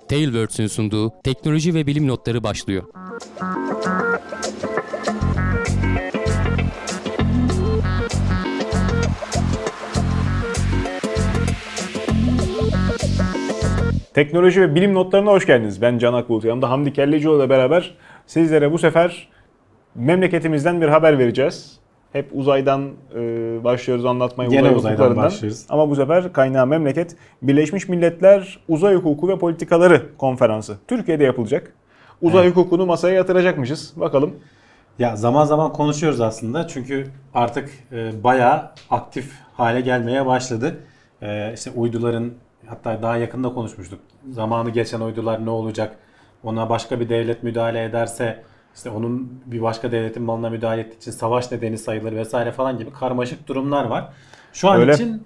Tailwords'ün sunduğu teknoloji ve bilim notları başlıyor. Teknoloji ve bilim notlarına hoş geldiniz. Ben Can Akbulut. Yanımda Hamdi Kellecioğlu ile beraber sizlere bu sefer memleketimizden bir haber vereceğiz. Hep uzaydan başlıyoruz anlatmaya. Gene uzaydan başlıyoruz. Ama bu sefer kaynağı memleket. Birleşmiş Milletler Uzay Hukuku ve Politikaları Konferansı. Türkiye'de yapılacak. Uzay hukukunu masaya yatıracakmışız. Bakalım. Ya zaman zaman konuşuyoruz aslında çünkü artık bayağı aktif hale gelmeye başladı. İşte uyduların, hatta daha yakında konuşmuştuk. Zamanı geçen uydular ne olacak? Ona başka bir devlet müdahale ederse işte onun bir başka devletin malına müdahale ettiği için savaş nedeni sayılır vesaire falan gibi karmaşık durumlar var. Şu an için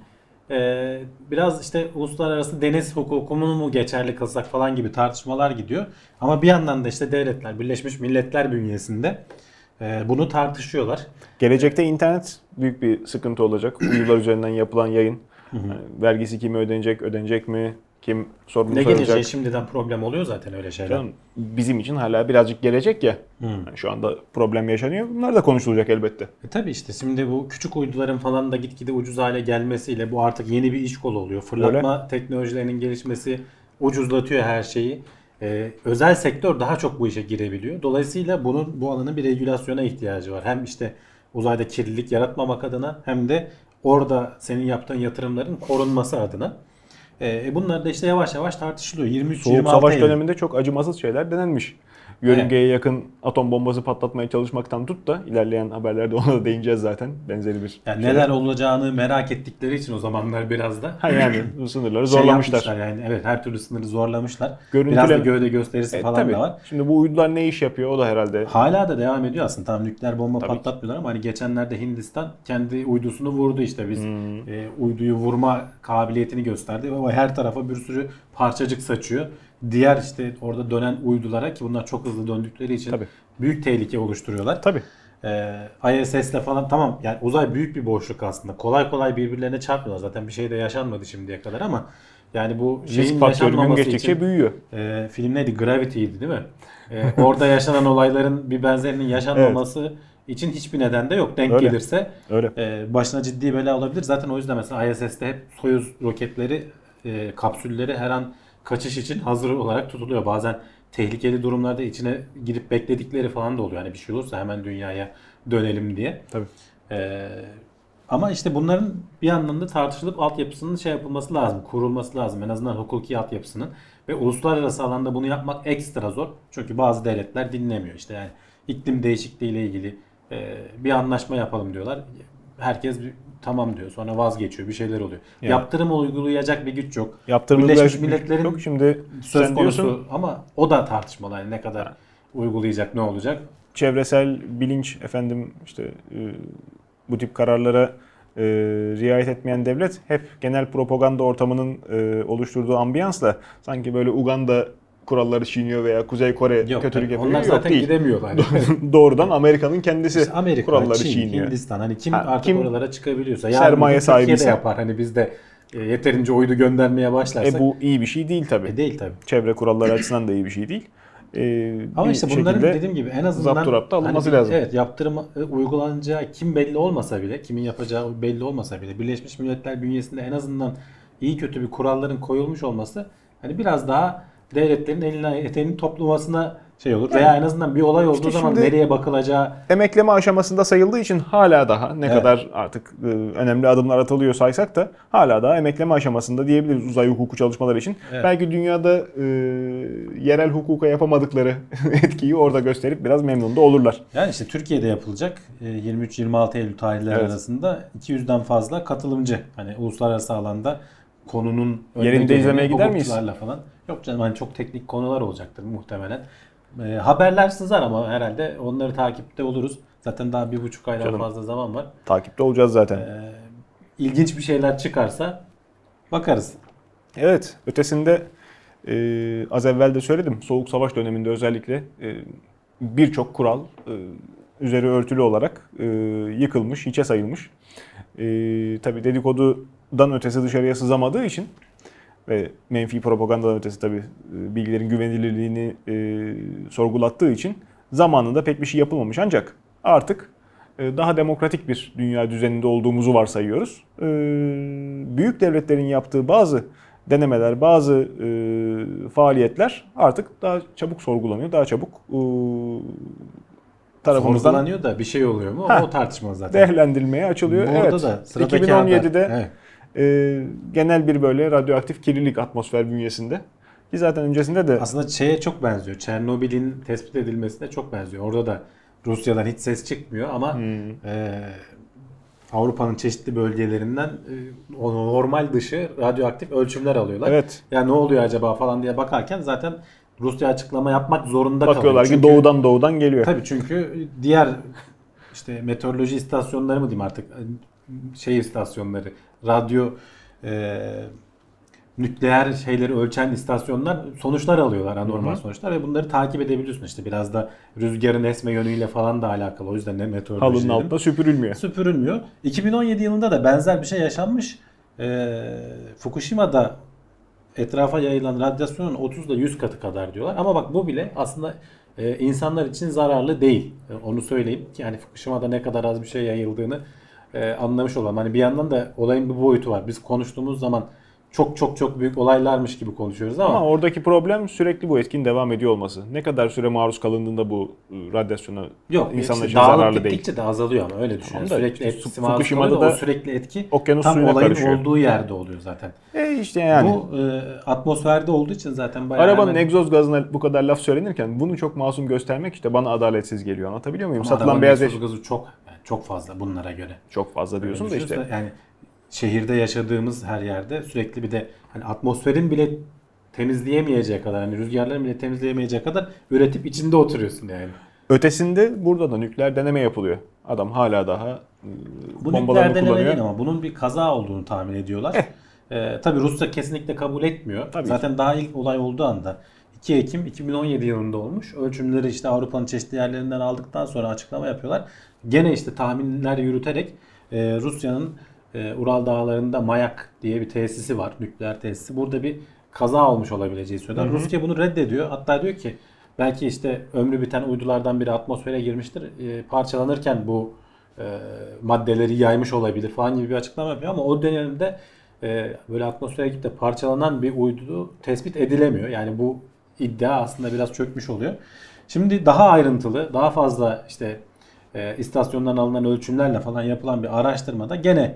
biraz işte uluslararası deniz hukukunu mu geçerli kılsak falan gibi tartışmalar gidiyor. Ama bir yandan da işte devletler, Birleşmiş Milletler bünyesinde bunu tartışıyorlar. Gelecekte internet büyük bir sıkıntı olacak. Uydular üzerinden yapılan yayın. Vergisi kime ödenecek mi? Kim sorumlu Ne sayılacak? geleceği şimdiden problem oluyor zaten öyle şeyler. Canım, bizim için hala birazcık gelecek ya. Yani şu anda problem yaşanıyor. Bunlar da konuşulacak elbette. Tabii işte şimdi bu küçük uyduların falan da gitgide ucuz hale gelmesiyle bu artık yeni bir iş kolu oluyor. Fırlatma teknolojilerinin gelişmesi ucuzlatıyor her şeyi. Özel sektör daha çok bu işe girebiliyor. Dolayısıyla bu alanın bir regülasyona ihtiyacı var. Hem işte uzayda kirlilik yaratmamak adına hem de orada senin yaptığın yatırımların korunması adına. Bunlar da işte yavaş yavaş tartışılıyor. 23-26 Soğuk savaş Eylül. döneminde çok acımasız şeyler denenmiş. Yörüngeye yakın atom bombası patlatmaya çalışmaktan tut da ilerleyen haberlerde ona da değineceğiz zaten. Benzeri bir Yani neler olacağını merak ettikleri için o zamanlar biraz da yani bu sınırları zorlamışlar. Yani evet, her türlü sınırı zorlamışlar. Görüntülen- Biraz da gövde gösterisi falan tabii. da var. Şimdi bu uydular ne iş yapıyor o da herhalde. Hala da devam ediyor aslında. Tam nükleer bomba Tabii patlatmıyorlar ama hani geçenlerde Hindistan kendi uydusunu vurdu işte. Biz uyduyu vurma kabiliyetini gösterdi ve her tarafa bir sürü parçacık saçıyor. Diğer işte orada dönen uydulara, ki bunlar çok hızlı döndükleri için Tabii. büyük tehlike oluşturuyorlar. Tabii. ISS'le falan tamam, yani uzay büyük bir boşluk aslında. Kolay kolay birbirlerine çarpmıyorlar. Zaten bir şey de yaşanmadı şimdiye kadar ama yani bu şeyin Risk faktörü gün yaşanmaması geçtikçe için büyüyor. film neydi? Gravity'ydi değil mi? Orada yaşanan olayların bir benzerinin yaşanmaması için hiçbir neden de yok. Denk Öyle. gelirse Öyle. başına ciddi bela olabilir. Zaten o yüzden mesela ISS'te hep Soyuz roketleri, kapsülleri her an kaçış için hazır olarak tutuluyor. Bazen tehlikeli durumlarda içine girip bekledikleri falan da oluyor. Hani bir şey olursa hemen dünyaya dönelim diye. Tabii. Ama işte bunların bir yandan da tartışılıp altyapısının şey yapılması lazım, kurulması lazım. En azından hukuki altyapısının. Ve uluslararası alanda bunu yapmak ekstra zor. Çünkü bazı devletler dinlemiyor. İşte yani iklim değişikliği ile ilgili bir anlaşma yapalım diyorlar. Herkes tamam diyor. Sonra vazgeçiyor. Bir şeyler oluyor. Yani. Yaptırım uygulayacak bir güç yok. Yaptırım Birleşmiş uygulayacak bir güç Milletler'in yok. Şimdi söz sen konusu diyorsun, ama o da tartışmalı. Yani ne kadar uygulayacak, ne olacak? çevresel bilinç işte bu tip kararlara riayet etmeyen devlet hep genel propaganda ortamının oluşturduğu ambiyansla sanki böyle Uganda kuralları çiğniyor veya Kuzey Kore kötülük yapıyor. Onlar zaten değil. gidemiyorlar. Doğrudan Amerika'nın kendisi İşte Amerika, kuralları Çin, çiğniyor. Hindistan, hani kim artık kim oralara çıkabiliyorsa. sermaye Türkiye de sahibiyse. yapar. Hani biz de yeterince uydu göndermeye başlarsak. Bu iyi bir şey değil tabii. Değil tabii. Çevre kuralları açısından da iyi bir şey değil. Ama işte bunların şekilde dediğim gibi en azından zapturapta alınması hani lazım. Evet, yaptırım uygulanacağı kim belli olmasa bile, kimin yapacağı belli olmasa bile Birleşmiş Milletler bünyesinde en azından iyi kötü bir kuralların koyulmuş olması hani biraz daha devletlerin eline eteğini toplamasına şey olur. Veya en azından bir olay olduğu zaman şimdi nereye bakılacağı. Emekleme aşamasında sayıldığı için hala daha ne kadar artık önemli adımlar atılıyor saysak da hala daha emekleme aşamasında diyebiliriz uzay hukuku çalışmaları için. Evet. Belki dünyada yerel hukuka yapamadıkları etkiyi orada gösterip biraz memnun da olurlar. Yani işte Türkiye'de yapılacak 23-26 Eylül tarihleri arasında 200'den fazla katılımcı, hani uluslararası alanda konunun yerinde izlemeye gider miyiz? Falan. Yok canım, hani çok teknik konular olacaktır muhtemelen. Haberler sızar ama herhalde onları takipte oluruz. Zaten daha 1,5 aydan fazla zaman var. Takipte olacağız zaten. İlginç bir şeyler çıkarsa bakarız. Evet, ötesinde az evvel de söyledim. Soğuk Savaş döneminde özellikle birçok kural üzeri örtülü olarak yıkılmış, hiçe sayılmış. Tabii dedikodudan ötesi dışarıya sızamadığı için ve menfi propagandadan ötesi tabii bilgilerin güvenilirliğini sorgulattığı için zamanında pek bir şey yapılmamış. Ancak artık daha demokratik bir dünya düzeninde olduğumuzu varsayıyoruz. Büyük devletlerin yaptığı bazı denemeler, bazı faaliyetler artık daha çabuk sorgulanıyor, daha çabuk tarafımızdan sorgulanıyor da bir şey oluyor mu? O tartışma zaten. değerlendirilmeye açılıyor. Burada Evet. da sıradaki 2017'de haber. genel bir böyle radyoaktif kirlilik atmosfer bünyesinde. Ki zaten öncesinde de Aslında şeye çok benziyor. Çernobil'in tespit edilmesine çok benziyor. Orada da Rusya'dan hiç ses çıkmıyor ama Avrupa'nın çeşitli bölgelerinden o normal dışı radyoaktif ölçümler alıyorlar. evet, Ya ne oluyor acaba falan diye bakarken zaten Rusya açıklama yapmak zorunda kalıyor. bakıyorlar ki Çünkü, doğudan geliyor. tabii çünkü diğer işte meteoroloji istasyonları mı diyeyim artık istasyonları, radyo nükleer şeyleri ölçen istasyonlar sonuçlar alıyorlar, anormal sonuçlar ve bunları takip edebiliyorsun. İşte biraz da rüzgarın esme yönüyle falan da alakalı. O yüzden ne meteoroloji Halının dedim. altında süpürülmüyor. Süpürülmüyor. 2017 yılında da benzer bir şey yaşanmış. Fukushima'da etrafa yayılan radyasyonun 30 ile 100 katı kadar diyorlar. Ama bak bu bile aslında insanlar için zararlı değil. Onu söyleyeyim ki yani Fukushima'da ne kadar az bir şey yayıldığını anlamış olalım. Hani bir yandan da olayın bir boyutu var. Biz konuştuğumuz zaman çok büyük olaylarmış gibi konuşuyoruz ama oradaki problem sürekli bu etkinin devam ediyor olması. Ne kadar süre maruz kalındığında bu radyasyona yok, insanlar için dağılıp zararlı değil. gittikçe de azalıyor ama öyle düşünüyorum. Tamam da Sürekli etkisi Fukushima'da maruz kalıyor da da o sürekli etki okyanus tam suyuna olayın karışıyor. olduğu yerde oluyor zaten. İşte yani. Bu atmosferde olduğu için zaten bayağı Arabanın hemen... egzoz gazına bu kadar laf söylenirken bunu çok masum göstermek işte bana adaletsiz geliyor. Anlatabiliyor muyum? Ama Satılan arabanın beyaz egzoz gazı çok fazla bunlara göre. çok fazla diyorsun da işte. Yani şehirde yaşadığımız her yerde sürekli bir de hani atmosferin bile temizleyemeyeceği kadar, hani rüzgarların bile temizleyemeyeceği kadar üretip içinde oturuyorsun yani. Ötesinde burada da nükleer deneme yapılıyor. Adam hala daha Bu bombalarını nükleer deneme kullanıyor. değil ama bunun bir kaza olduğunu tahmin ediyorlar. Tabii Rusya kesinlikle kabul etmiyor. Tabii zaten daha ilk olay olduğu anda 2 Ekim 2017 yılında olmuş. Ölçümleri işte Avrupa'nın çeşitli yerlerinden aldıktan sonra açıklama yapıyorlar. Gene işte tahminler yürüterek Rusya'nın Ural Dağları'nda Mayak diye bir tesisi var. Nükleer tesisi. Burada bir kaza olmuş olabileceği söylüyorlar. Rusya bunu reddediyor. Hatta diyor ki belki işte ömrü biten uydulardan biri atmosfere girmiştir. Parçalanırken bu maddeleri yaymış olabilir falan gibi bir açıklama yapıyor. Ama o dönemde böyle atmosfere gidip de parçalanan bir uydu tespit edilemiyor. Yani bu iddia aslında biraz çökmüş oluyor. Şimdi daha ayrıntılı, daha fazla işte istasyondan alınan ölçümlerle falan yapılan bir araştırmada gene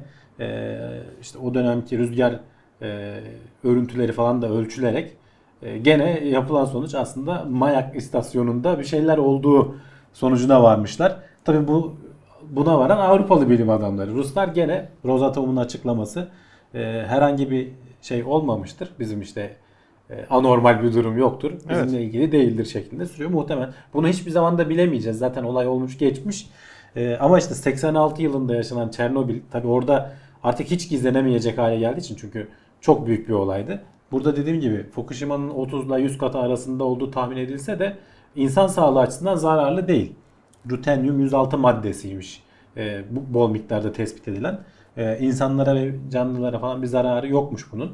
işte o dönemki rüzgar örüntüleri falan da ölçülerek gene yapılan sonuç aslında Mayak istasyonunda bir şeyler olduğu sonucuna varmışlar. Tabii buna varan Avrupalı bilim adamları. Ruslar gene Rosatom'un açıklaması herhangi bir şey olmamıştır. Bizim işte anormal bir durum yoktur. Bizimle ilgili değildir şeklinde sürüyor. Muhtemelen bunu hiçbir zaman da bilemeyeceğiz. Zaten olay olmuş geçmiş. Ama işte 86 yılında yaşanan Çernobil tabii orada artık hiç gizlenemeyecek hale geldiği için çünkü çok büyük bir olaydı. Burada dediğim gibi Fukushima'nın 30 ile 100 katı arasında olduğu tahmin edilse de insan sağlığı açısından zararlı değil. Rutenyum 106 maddesiymiş. Bu bol miktarda tespit edilen. İnsanlara ve canlılara falan bir zararı yokmuş bunun.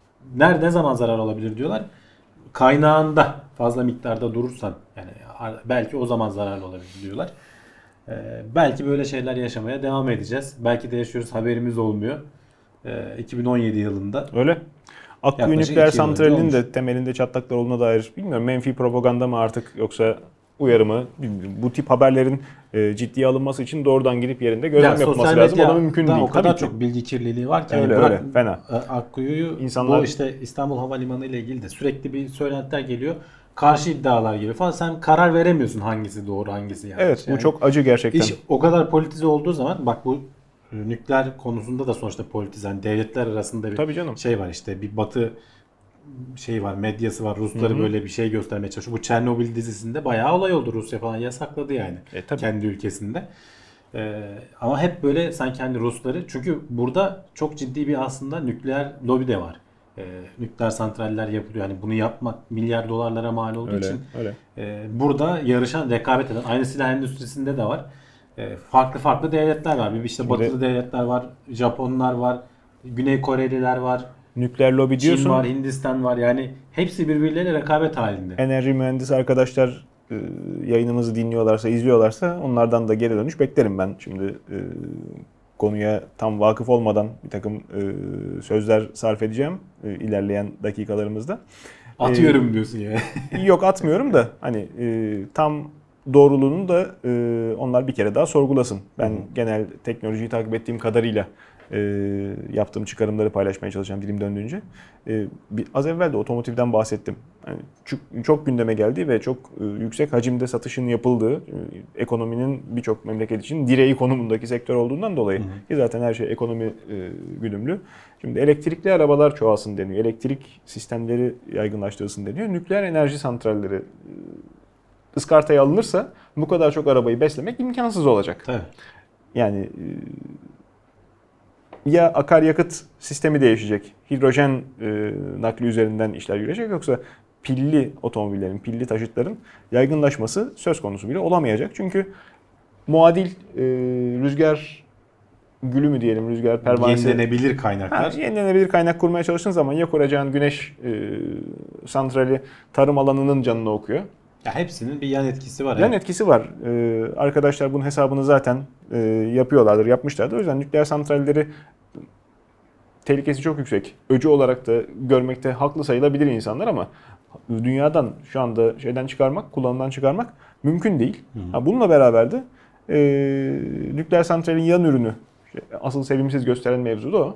Ne zaman zarar olabilir diyorlar. Kaynağında fazla miktarda durursan yani belki o zaman zararlı olabilir diyorlar. Belki böyle şeyler yaşamaya devam edeceğiz. Belki de yaşıyoruz, haberimiz olmuyor. 2017 yılında. Öyle. Akkuyu Yaklaşık nükleer 2 yıl önce santralinin olmuş. de temelinde çatlaklar olduğuna dair bilmiyorum menfi propaganda mı artık yoksa uyarı mı bilmiyorum. Bu tip haberlerin ciddiye alınması için doğrudan gidip yerinde gözlem yapılması lazım. O da mümkün değil. O kadar Tabii ki. çok bilgi kirliliği var ki. Öyle, yani öyle. Fena. Akkuyu'yu İnsanlar- bu işte İstanbul Havalimanı ile ilgili de sürekli bir söylentiler geliyor. Karşı iddialar geliyor falan. Sen karar veremiyorsun hangisi doğru hangisi yanlış. Evet bu Yani çok acı gerçekten. İş o kadar politize olduğu zaman bak bu nükleer konusunda da sonuçta politize. Yani devletler arasında bir Tabii canım. şey var işte bir batı şey var, medyası var. Rusları böyle bir şey göstermeye çalışıyor. Bu Çernobil dizisinde bayağı olay oldu. Rusya falan yasakladı yani. Tabii. Kendi ülkesinde. Ama hep böyle sanki hani Rusları çünkü burada çok ciddi bir aslında nükleer lobi de var. Nükleer santraller yapılıyor. Yani bunu yapmak milyar dolarlara mal olduğu Öyle, için öyle. burada yarışan, rekabet eden aynı silah endüstrisinde de var. Farklı devletler var. Bir işte Şimdi- batılı devletler var, Japonlar var, Güney Koreliler var. nükleer lobi diyorsun. Çin var, Hindistan var. Yani hepsi birbirleriyle rekabet halinde. Enerji mühendisi arkadaşlar yayınımızı dinliyorlarsa, izliyorlarsa onlardan da geri dönüş beklerim ben. Şimdi konuya tam vakıf olmadan bir takım sözler sarf edeceğim ilerleyen dakikalarımızda. Atıyorum diyorsun ya. Yok, atmıyorum da hani tam doğruluğunu da onlar bir kere daha sorgulasın. Ben genel teknolojiyi takip ettiğim kadarıyla yaptığım çıkarımları paylaşmaya çalışacağım dilim döndüğünce. Az evvel de otomotivden bahsettim. Yani çok gündeme geldi ve çok yüksek hacimde satışın yapıldığı, ekonominin birçok memleket için direği konumundaki sektör olduğundan dolayı ki zaten her şey ekonomi güdümlü. Şimdi elektrikli arabalar çoğalsın deniyor. Elektrik sistemleri yaygınlaştırılsın deniyor. Nükleer enerji santralleri ıskartaya alınırsa bu kadar çok arabayı beslemek imkansız olacak. Tabii. Yani ya akaryakıt sistemi değişecek, hidrojen nakli üzerinden işler yürüyecek, yoksa pilli otomobillerin, pilli taşıtların yaygınlaşması söz konusu bile olamayacak. Çünkü muadil rüzgar gülü mü diyelim, rüzgar pervanesi. Yenilenebilir kaynaklar. Yenilenebilir kaynak kurmaya çalıştığın zaman ya kuracağın güneş santrali tarım alanının canını okuyor. Ya hepsinin bir yan etkisi var. Yan etkisi var. Arkadaşlar bunun hesabını zaten yapıyorlardır, yapmışlardır. O yüzden nükleer santralleri tehlikesi çok yüksek. Öcü olarak da görmekte haklı sayılabilir insanlar ama dünyadan şu anda çıkarmak, kullanımdan çıkarmak mümkün değil. Bununla beraber de nükleer santralin yan ürünü, asıl sevimsiz gösteren mevzu da o.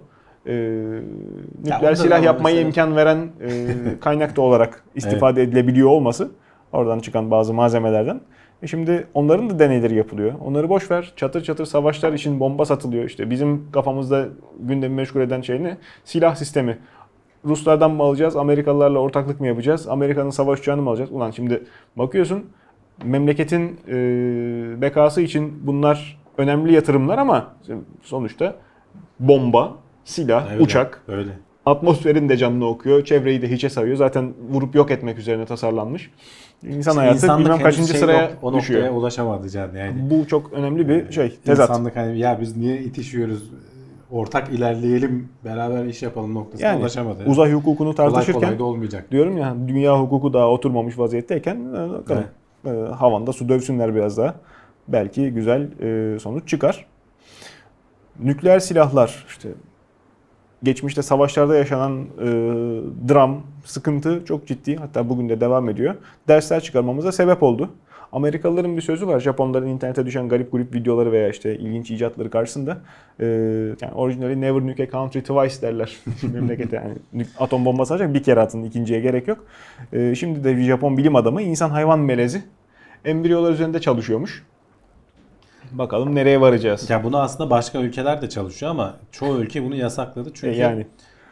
Nükleer silah yapmaya imkan veren kaynak da olarak istifade edilebiliyor olması, oradan çıkan bazı malzemelerden. Şimdi onların da deneyleri yapılıyor. Onları boş ver. Çatır çatır savaşlar için bomba satılıyor. İşte bizim kafamızda gündemi meşgul eden şey ne? Silah sistemi. Ruslardan mı alacağız? Amerikalılarla ortaklık mı yapacağız? Amerika'nın savaş uçağını mı alacağız? Ulan şimdi bakıyorsun memleketin bekası için bunlar önemli yatırımlar ama sonuçta bomba, silah, uçak, öyle. Atmosferin de canını okuyor, çevreyi de hiçe sayıyor. Zaten vurup yok etmek üzerine tasarlanmış. İnsan hayatı bilmem kaçıncı sıraya o düşüyor. noktaya ulaşamadı can yani. Bu çok önemli bir tezat. İnsanlık hani ya biz niye itişiyoruz? Ortak ilerleyelim, beraber iş yapalım noktasına Yani ulaşamadı. uzay hukukunu tartışırken kolay kolay da olmayacak. Diyorum ya, dünya hukuku daha oturmamış vaziyetteyken havanda su dövsünler biraz daha. Belki güzel sonuç çıkar. Nükleer silahlar, işte geçmişte savaşlarda yaşanan dram, sıkıntı çok ciddi. Hatta bugün de devam ediyor. Dersler çıkarmamıza sebep oldu. Amerikalıların bir sözü var. Japonların internete düşen garip grup videoları veya işte ilginç icatları karşısında yani orijinali never nuke a country twice derler memlekete. Yani atom bombası atacak bir kere atın, ikinciye gerek yok. Şimdi de bir Japon bilim adamı insan hayvan melezi embriyolar üzerinde çalışıyormuş. Bakalım nereye varacağız. Ya bunu aslında başka ülkeler de çalışıyor ama çoğu ülke bunu yasakladı. Çünkü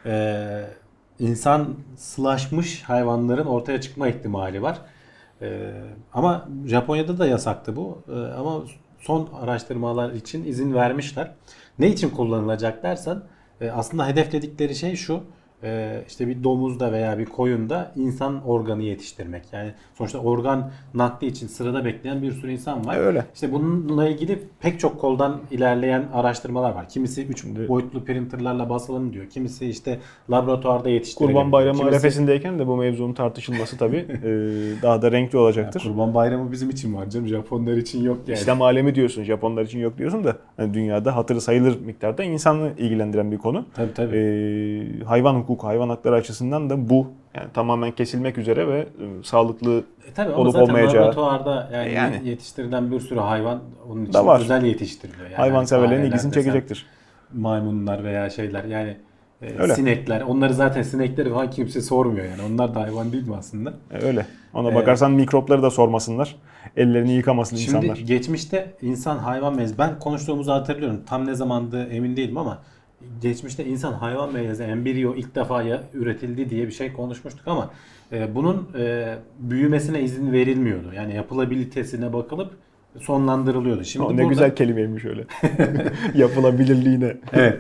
insan sılaşmış hayvanların ortaya çıkma ihtimali var. Ama Japonya'da da yasaktı bu. Ama son araştırmalar için izin vermişler. Ne için kullanılacak dersen aslında hedefledikleri şey şu. İşte bir domuzda veya bir koyunda insan organı yetiştirmek. Yani sonuçta organ nakli için sırada bekleyen bir sürü insan var. Öyle. İşte bununla ilgili pek çok koldan ilerleyen araştırmalar var. Kimisi 3 boyutlu printerlarla basılanı diyor. Kimisi işte laboratuvarda yetiştirilir. Kurban Bayramı arefesindeyken de bu mevzunun tartışılması tabii daha da renkli olacaktır. Ya, Kurban Bayramı bizim için var canım. Japonlar için yok yani. İslam alemi diyorsun, Japonlar için yok diyorsun da hani dünyada hatırı sayılır miktarda insanı ilgilendiren bir konu. Tabii. Hayvan hukuku, hayvan hakları açısından da bu yani tamamen kesilmek üzere ve sağlıklı tabii olup ama olmayacağı. laboratuvarda yani yetiştirilen bir sürü hayvan onun için var. özel yetiştiriliyor. Yani Hayvanseverlerin ilgisini çekecektir. Maymunlar veya şeyler yani sinekler. Onları zaten sinekleri falan kimse sormuyor yani. Onlar da hayvan değil mi aslında? Öyle. Ona bakarsan mikropları da sormasınlar. Ellerini yıkamasın insanlar. Şimdi geçmişte insan hayvan melezi. Ben konuştuğumuzu hatırlıyorum. Tam ne zamandı emin değilim ama geçmişte insan hayvan melezi embriyo ilk defa üretildi diye bir şey konuşmuştuk ama bunun büyümesine izin verilmiyordu. Yani yapılabilitesine bakılıp sonlandırılıyordu. Şimdi ne güzel kelimeymiş öyle. Yapılabilirliğine. Evet.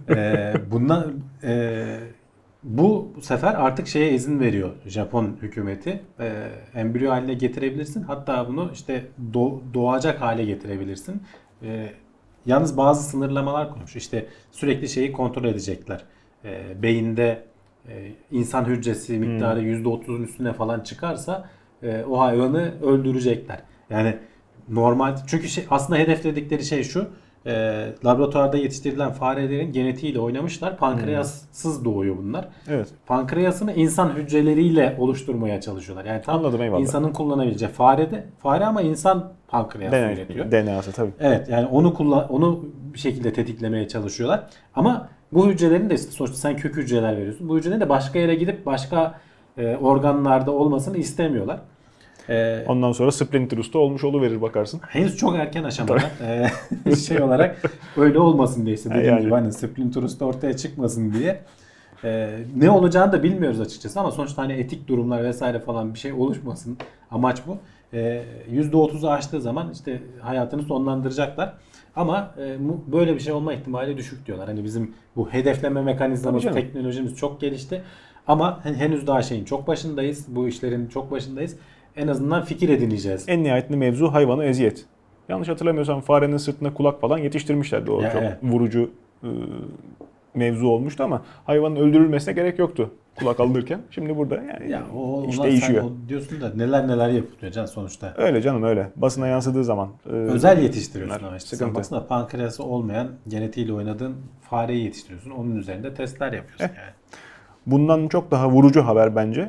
Bu sefer artık şeye izin veriyor Japon hükümeti. Embriyo haline getirebilirsin. Hatta bunu işte doğacak hale getirebilirsin. Yalnız bazı sınırlamalar koymuş. İşte sürekli şeyi kontrol edecekler. Beyinde insan hücresi miktarı %30'un üstüne falan çıkarsa o hayvanı öldürecekler. Yani normal, çünkü aslında hedefledikleri şey şu: laboratuvarda yetiştirilen farelerin genetiğiyle oynamışlar. Pankreassız doğuyor bunlar. Evet. Pankreasını insan hücreleriyle oluşturmaya çalışıyorlar. Yani tam Anladım, eyvallah. insanın kullanabileceği fare ama insan pankreası üretiyor. DNA'sı tabii. Evet, yani onu bir şekilde tetiklemeye çalışıyorlar. Ama bu hücrelerin de işte sonuçta sen kök hücreler veriyorsun. Bu hücrelerin de başka yere gidip başka organlarda olmasını istemiyorlar. Ondan sonra Splinter Usta olmuş oluverir bakarsın. Henüz çok erken aşamada şey olarak öyle olmasın diye, işte dediğim Yani. gibi hani Splinter Usta ortaya çıkmasın diye. Ne olacağını da bilmiyoruz açıkçası ama sonuçta hani etik durumlar vesaire falan bir şey oluşmasın, amaç bu. %30'u aştığı zaman işte hayatını sonlandıracaklar. Ama böyle bir şey olma ihtimali düşük diyorlar. Hani bizim bu hedefleme mekanizmamız, teknolojimiz çok gelişti. Ama henüz daha şeyin çok başındayız. Bu işlerin çok başındayız. En azından fikir edineceğiz. En nihayetinde mevzu hayvana eziyet. Yanlış hatırlamıyorsam farenin sırtına kulak falan yetiştirmişlerdi. O çok vurucu mevzu olmuştu ama hayvanın öldürülmesine gerek yoktu kulak alınırken. Şimdi burada yani iş değişiyor. Sen diyorsun da neler yapılıyor can sonuçta. Öyle canım, öyle. Basına yansıdığı zaman. Özel yetiştiriyorsun ama işte. Sıkıntı. Sen baksana, pankreası olmayan, genetiğiyle oynadığın fareyi yetiştiriyorsun. Onun üzerinde testler yapıyorsun yani. Bundan çok daha vurucu haber bence.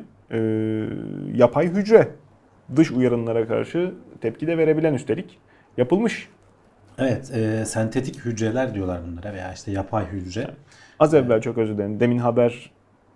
Yapay hücre. Dış uyarımlara karşı tepki de verebilen üstelik yapılmış. Evet, sentetik hücreler diyorlar bunlara veya işte yapay hücre. Az evvel, çok özür dilerim, demin haber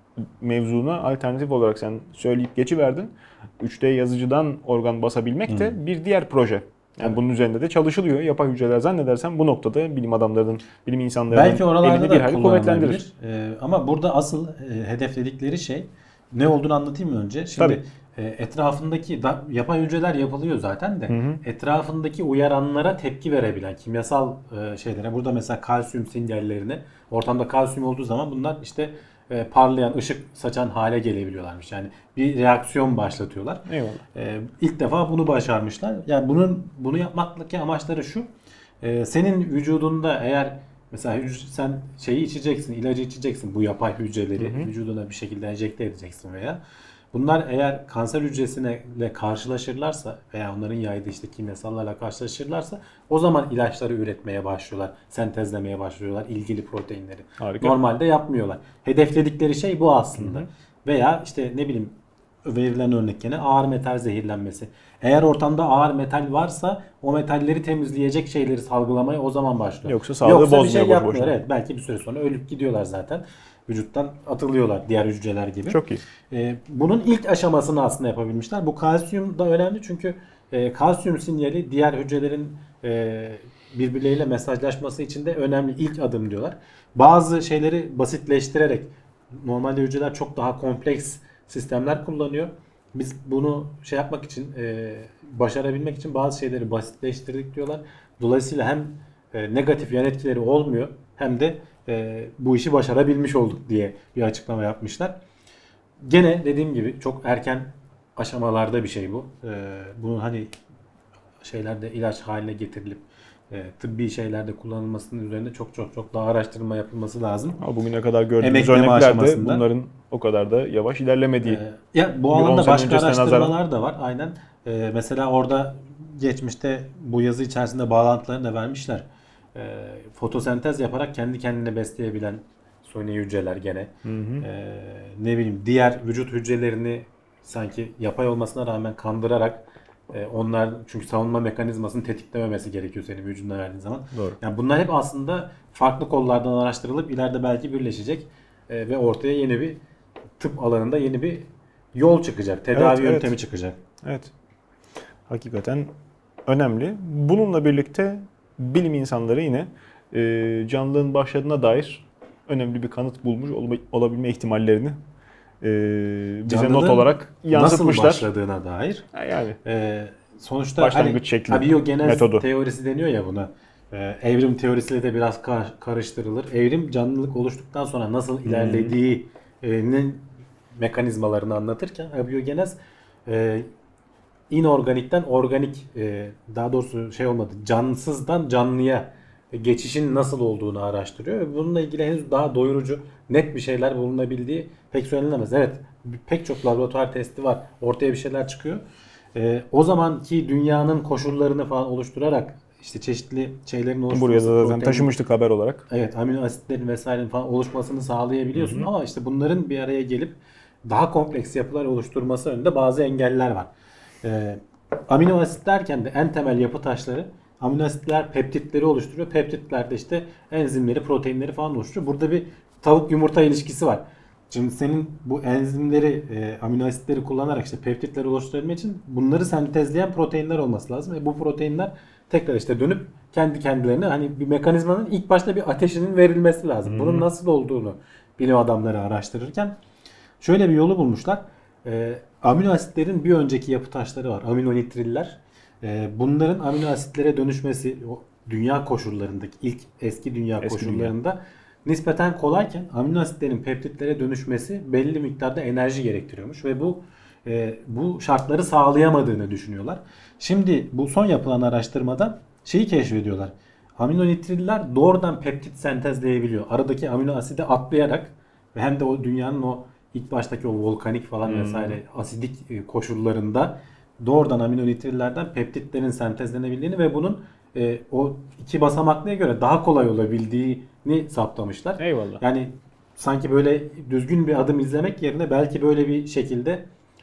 mevzuna alternatif olarak sen söyleyip geçiverdin. 3D yazıcıdan organ basabilmek de bir diğer proje. Yani bunun üzerinde de çalışılıyor. Yapay hücreler zannedersem bu noktada bilim adamlarının, bilim insanlarının belki oralarda elini da bir hayli kuvvetlendirir. Ama burada asıl hedefledikleri şey ne olduğunu anlatayım mı önce? Şimdi etrafındaki yapay hücreler yapılıyor zaten de etrafındaki uyaranlara tepki verebilen kimyasal şeylere, burada mesela kalsiyum sinyallerine, ortamda kalsiyum olduğu zaman bunlar işte parlayan, ışık saçan hale gelebiliyorlarmış. Yani bir reaksiyon başlatıyorlar. Eyvallah. İlk defa bunu başarmışlar. Yani bunu yapmaktaki amaçları şu: senin vücudunda eğer mesela sen şeyi içeceksin, ilacı içeceksin, bu yapay hücreleri vücuduna bir şekilde enjekte edeceksin veya bunlar eğer kanser hücresiyle karşılaşırlarsa veya onların yaydığı işte kimyasallarla karşılaşırlarsa o zaman ilaçları üretmeye başlıyorlar, sentezlemeye başlıyorlar ilgili proteinleri. Harika. Normalde yapmıyorlar. Hedefledikleri şey bu aslında. Veya işte ne bileyim, verilen örnek gene ağır metal zehirlenmesi. Eğer ortamda ağır metal varsa o metalleri temizleyecek şeyleri salgılamaya o zaman başlıyor. Yoksa sağlığı bozmuyor bir şey boş yapmıyor. boşuna. Evet, belki bir süre sonra ölüp gidiyorlar zaten. Vücuttan atılıyorlar diğer hücreler gibi. Çok iyi. Bunun ilk aşamasını aslında yapabilmişler. Bu kalsiyum da önemli çünkü kalsiyum sinyali diğer hücrelerin birbirleriyle mesajlaşması için de önemli, ilk adım diyorlar. Bazı şeyleri basitleştirerek, normalde hücreler çok daha kompleks sistemler kullanıyor. Biz bunu şey yapmak için, başarabilmek için bazı şeyleri basitleştirdik diyorlar. Dolayısıyla hem negatif yan etkileri olmuyor hem de bu işi başarabilmiş olduk diye bir açıklama yapmışlar. Gene dediğim gibi çok erken aşamalarda bir şey bu. Bunun hani şeylerde ilaç haline getirilip tıbbi şeylerde kullanılmasının üzerinde çok daha araştırma yapılması lazım. Ama bugüne kadar gördüğümüz Emekleme örneklerde aşamasında bunların o kadar da yavaş ilerlemediği. Ya bu Bir 10 alanda sene başka öncesine araştırmalar da var. Aynen. Mesela orada geçmişte bu yazı içerisinde bağlantılarını da vermişler. Fotosentez yaparak kendi kendine besleyebilen suni hücreler gene. Ne bileyim, diğer vücut hücrelerini sanki yapay olmasına rağmen kandırarak onlar, çünkü savunma mekanizmasını tetiklememesi gerekiyor senin vücuduna verdiğin zaman. Doğru. Yani bunlar hep aslında farklı kollardan araştırılıp ileride belki birleşecek ve ortaya yeni bir tıp alanında yeni bir yol çıkacak. Tedavi yöntemi çıkacak. Evet. Hakikaten önemli. Bununla birlikte bilim insanları yine canlılığın başladığına dair önemli bir kanıt bulmuş olabilme ihtimallerini bize not olarak yansıtmışlar. Nasıl başladığına dair. Yani Sonuçta başlangıç şekli, abiyogenez metodu teorisi deniyor ya buna. Evrim teorisiyle de biraz karıştırılır. Evrim canlılık oluştuktan sonra nasıl ilerlediğinin mekanizmalarını anlatırken abiyogenez inorganikten organik, daha doğrusu şey olmadı, cansızdan canlıya geçişin nasıl olduğunu araştırıyor. Ve bununla ilgili henüz daha doyurucu net bir şeyler bulunabildiği pek söylenemez. Evet, pek çok laboratuvar testi var. Ortaya bir şeyler çıkıyor. O zamanki dünyanın koşullarını falan oluşturarak işte çeşitli şeylerin oluşması. Buraya da zaten taşımıştık haber olarak. Evet, amino asitlerin vesairenin falan oluşmasını sağlayabiliyorsun. Ama işte bunların bir araya gelip daha kompleks yapılar oluşturması önünde bazı engeller var. Amino asit derken de en temel yapı taşları, amino asitler peptitleri oluşturuyor. Peptitler de işte enzimleri, proteinleri falan oluşturuyor. Burada bir tavuk yumurta ilişkisi var. Şimdi senin bu enzimleri, amino asitleri kullanarak işte peptitleri oluşturabilmek için bunları sentezleyen proteinler olması lazım. Bu proteinler tekrar işte dönüp kendi kendilerine hani bir mekanizmanın ilk başta bir ateşinin verilmesi lazım. Bunun nasıl olduğunu bilim adamları araştırırken şöyle bir yolu bulmuşlar. Amino asitlerin bir önceki yapı taşları var. Aminonitriller. Bunların amino asitlere dönüşmesi o dünya koşullarındaki ilk eski dünya koşullarında nispeten kolayken amino asitlerin peptitlere dönüşmesi belli miktarda enerji gerektiriyormuş ve bu şartları sağlayamadığını düşünüyorlar. Şimdi bu son yapılan araştırmada şeyi keşfediyorlar. Aminonitriller doğrudan peptit sentezleyebiliyor. Aradaki amino asidi atlayarak ve hem de o dünyanın o ilk baştaki o volkanik falan vesaire asidik koşullarında doğrudan aminonitrillerden peptitlerin sentezlenebildiğini ve bunun o iki basamaklıya göre daha kolay olabildiğini saptamışlar. Eyvallah. Yani sanki böyle düzgün bir adım izlemek yerine belki böyle bir şekilde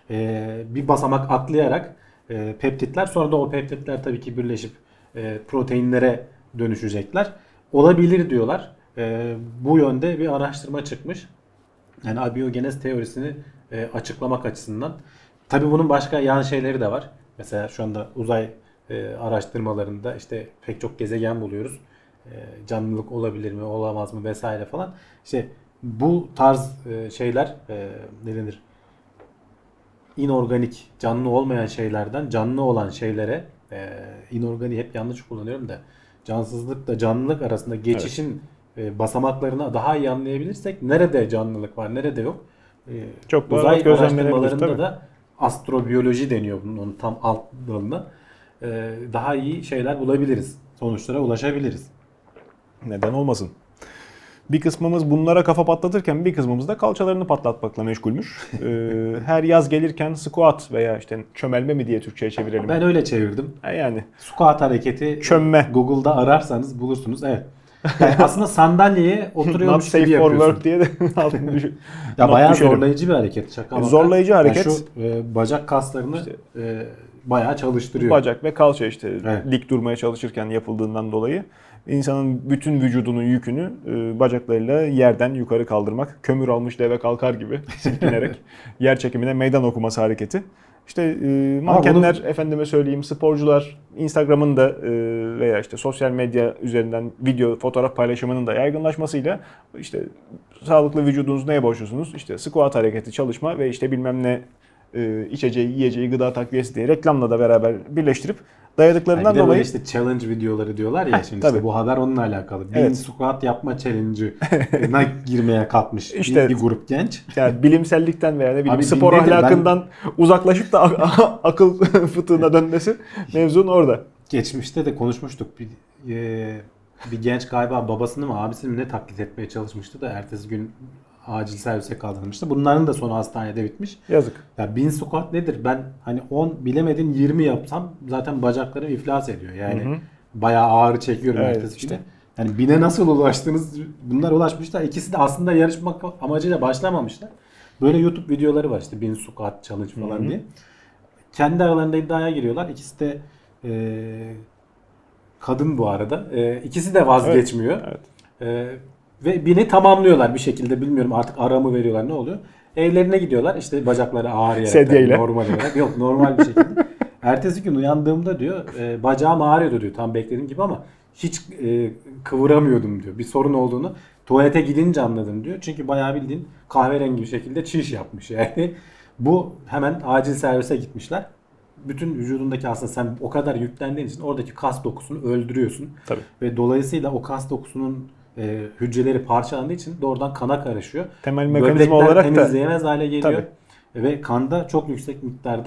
bir basamak atlayarak peptitler, sonra da o peptitler tabii ki birleşip proteinlere dönüşecekler. Olabilir diyorlar. Bu yönde bir araştırma çıkmış. Yani abiyogenez teorisini açıklamak açısından. Tabii bunun başka yan şeyleri de var. Mesela şu anda uzay araştırmalarında işte pek çok gezegen buluyoruz. Canlılık olabilir mi, olamaz mı vesaire falan. İşte bu tarz şeyler ne denir? İnorganik, canlı olmayan şeylerden canlı olan şeylere inorganiği hep yanlış kullanıyorum da cansızlıkla canlılık arasında geçişin basamaklarını daha iyi anlayabilirsek nerede canlılık var, nerede yok. Çok daha uzay gözlemlenebilir, araştırmalarında tabii. da astrobiyoloji deniyor bunun tam alt dalına. Daha iyi şeyler bulabiliriz. Sonuçlara ulaşabiliriz. Neden olmasın? Bir kısmımız bunlara kafa patlatırken bir kısmımız da kalçalarını patlatmakla meşgulmüş. Her yaz gelirken squat veya işte çömelme mi diye Türkçe'ye çevirelim. Ben öyle çevirdim. Yani Squat hareketi Çömme. Google'da ararsanız bulursunuz. Evet. Yani aslında sandalyeye not oturuyormuş safe gibi for yapıyorsun. work diye de altını düşün. Ya not bayağı düşerim. zorlayıcı bir hareket. Şaka maka. Zorlayıcı hareket. Yani şu bacak kaslarını bayağı çalıştırıyor. Bacak ve kalça işte Evet. dik durmaya çalışırken yapıldığından dolayı insanın bütün vücudunun yükünü bacaklarıyla yerden yukarı kaldırmak, kömür almış deve kalkar gibi silkinerek yer çekimine meydan okuması hareketi. İşte mankenler, efendime söyleyeyim sporcular, Instagram'ın da veya işte sosyal medya üzerinden video, fotoğraf paylaşımının da yaygınlaşmasıyla işte sağlıklı vücudunuzu neye borçlusunuz? İşte squat hareketi, çalışma ve işte bilmem ne içeceği, yiyeceği, gıda takviyesi diye reklamla da beraber birleştirip dayadıklarından Yani bir de dolayı böyle işte challenge videoları diyorlar ya şimdi tabii. işte bu haber onunla alakalı. Bin Evet. squat yapma challenge'ına girmeye kalkmış İşte- bir grup genç. yani bilimsellikten veya ne bileyim Abi spor nedir? ahlakından uzaklaşıp da akıl fıtığına dönmesi mevzun orada. Geçmişte de konuşmuştuk. Bir genç galiba babasını mı abisini mi ne taklit etmeye çalışmıştı da ertesi gün acil servise kaldırılmıştı. Bunların da sonu hastanede bitmiş. Yazık. Ya 1000 squat nedir? Ben hani 10 bilemedin 20 yapsam zaten bacaklarım iflas ediyor. Yani bayağı ağrı çekiyorum Evet, ertesi işte. güne. Yani 1000'e nasıl ulaştınız? Bunlar ulaşmışlar. İkisi de aslında yarışmak amacıyla başlamamışlar. Böyle YouTube videoları var işte 1000 squat challenge falan diye. Kendi aralarında iddiaya giriyorlar. İkisi de kadın bu arada. İkisi de vazgeçmiyor. Evet. Ve 1000'i tamamlıyorlar bir şekilde. Bilmiyorum artık ara mı veriyorlar ne oluyor. Evlerine gidiyorlar. İşte bacakları ağrıyarak. Sedyeyle. Normal olarak. Yok normal bir şekilde. Ertesi gün uyandığımda diyor bacağım ağrıyordu diyor. Tam beklediğim gibi ama hiç kıvıramıyordum diyor. Bir sorun olduğunu tuvalete gidince anladım diyor. Çünkü bayağı bildiğin kahverengi bir şekilde çiş yapmış yani. Bu hemen acil servise gitmişler. Bütün vücudundaki aslında sen o kadar yüklendiğin için oradaki kas dokusunu öldürüyorsun. Tabii. Ve dolayısıyla o kas dokusunun hücreleri parçalandığı için doğrudan kana karışıyor. Temel mekanizma Böbrekler olarak da temizleyemez hale geliyor. Tabii. Ve kanda çok yüksek miktarda